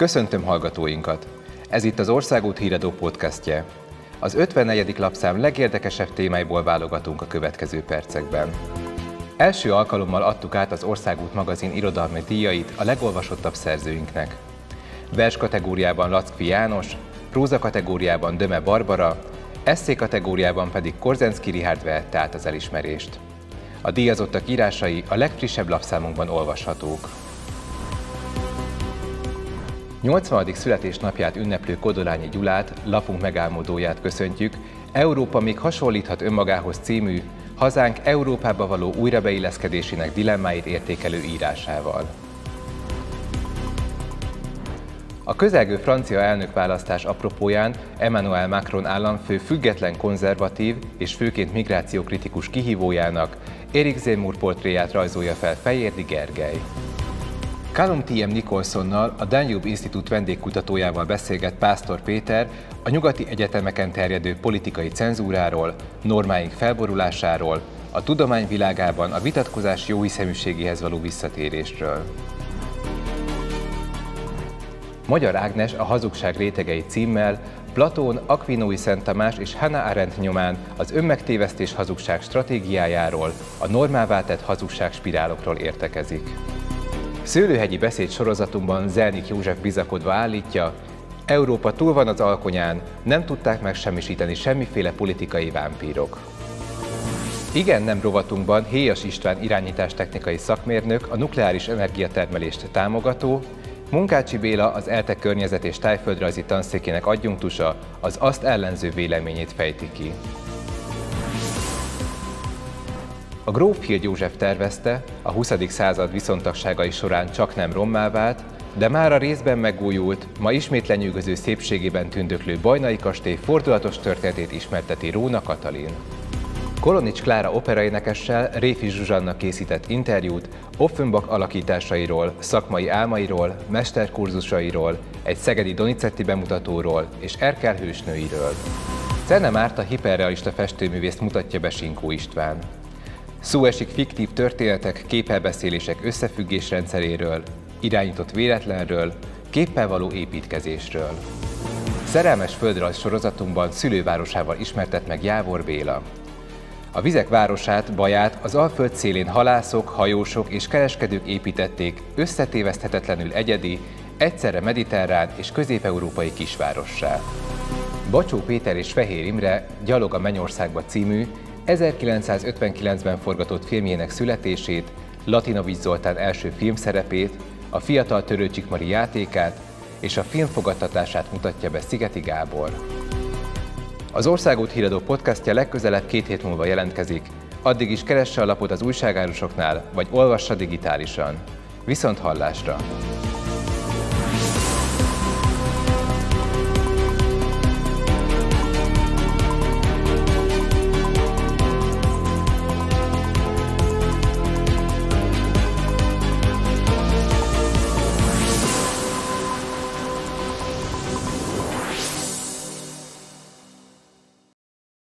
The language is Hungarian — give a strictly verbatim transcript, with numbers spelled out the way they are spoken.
Köszöntöm hallgatóinkat! Ez itt az Országút Híradó podcastje. Az ötvennegyedik lapszám legérdekesebb témáiból válogatunk a következő percekben. Első alkalommal adtuk át az Országút magazin irodalmi díjait a legolvasottabb szerzőinknek. Vers kategóriában Lackfi János, próza kategóriában Döme Barbara, esszé kategóriában pedig Korzensky Richárd vehette át az elismerést. A díjazottak írásai a legfrissebb lapszámunkban olvashatók. nyolcvanadik születésnapját ünneplő Kodolányi Gyulát, lapunk megálmodóját köszöntjük Európa még hasonlíthat önmagához című, hazánk Európába való újrabeilleszkedésének dilemmáit értékelő írásával. A közelgő francia elnökválasztás apropóján Emmanuel Macron államfő független konzervatív és főként migrációkritikus kihívójának, Éric Zemmour portréját rajzolja fel Fejérdi Gergely. Callum té em Nicholsonnal, a Danube Institute vendégkutatójával beszélget Pásztor Péter a nyugati egyetemeken terjedő politikai cenzúráról, normáink felborulásáról, a tudomány világában a vitatkozás jóhiszeműségéhez való visszatérésről. Magyar Ágnes a Hazugság rétegei címmel Platón, Aquinói Szent Tamás és Hannah Arendt nyomán az önmegtévesztés hazugság stratégiájáról, a normává tett hazugság spirálokról értekezik. Szőlőhegyi beszéd sorozatunkban Zelnik József bizakodva állítja, Európa túl van az alkonyán, nem tudták megsemmisíteni semmiféle politikai vámpírok. Igen-nem rovatunkban Héjas István irányítástechnikai szakmérnök, a nukleáris energiatermelést támogató, Munkácsi Béla az ELTE környezet- és tájföldrajzi tanszékének adjunktusa az azt ellenző véleményét fejti ki. A gróf Hild József tervezte, a huszadik század viszontagságai során csaknem rommá vált, de már a részben megújult, ma ismét lenyűgöző szépségében tündöklő Bajnai kastély fordulatos történetét ismerteti Róna Katalin. Kolonics Klára operaénekessel Réfi Zsuzsanna készített interjút Offenbach alakításairól, szakmai álmairól, mesterkurzusairól, egy szegedi Donizetti bemutatóról és Erkel hősnőiről. Czerne Márta hiperrealista festőművészt mutatja be Sinkó István. Szó esik fiktív történetek, képelbeszélések összefüggésrendszeréről, irányított véletlenről, képpel való építkezésről. Szerelmes földrajz sorozatunkban szülővárosával ismertet meg Jávor Béla. A vizek városát, Baját az Alföld szélén halászok, hajósok és kereskedők építették összetéveszthetetlenül egyedi, egyszerre mediterrán és közép-európai kisvárossá. Bacsó Péter és Fehér Imre Gyalog a Mennyországba című ezerkilencszázötvenkilencben forgatott filmjének születését, Latinovics Zoltán első filmszerepét, a fiatal Törőcsik Mari játékát és a film fogadtatását mutatja be Szigeti Gábor. Az Országút Híradó podcastja legközelebb két hét múlva jelentkezik, addig is keresse a lapot az újságárusoknál, vagy olvassa digitálisan. Viszont hallásra!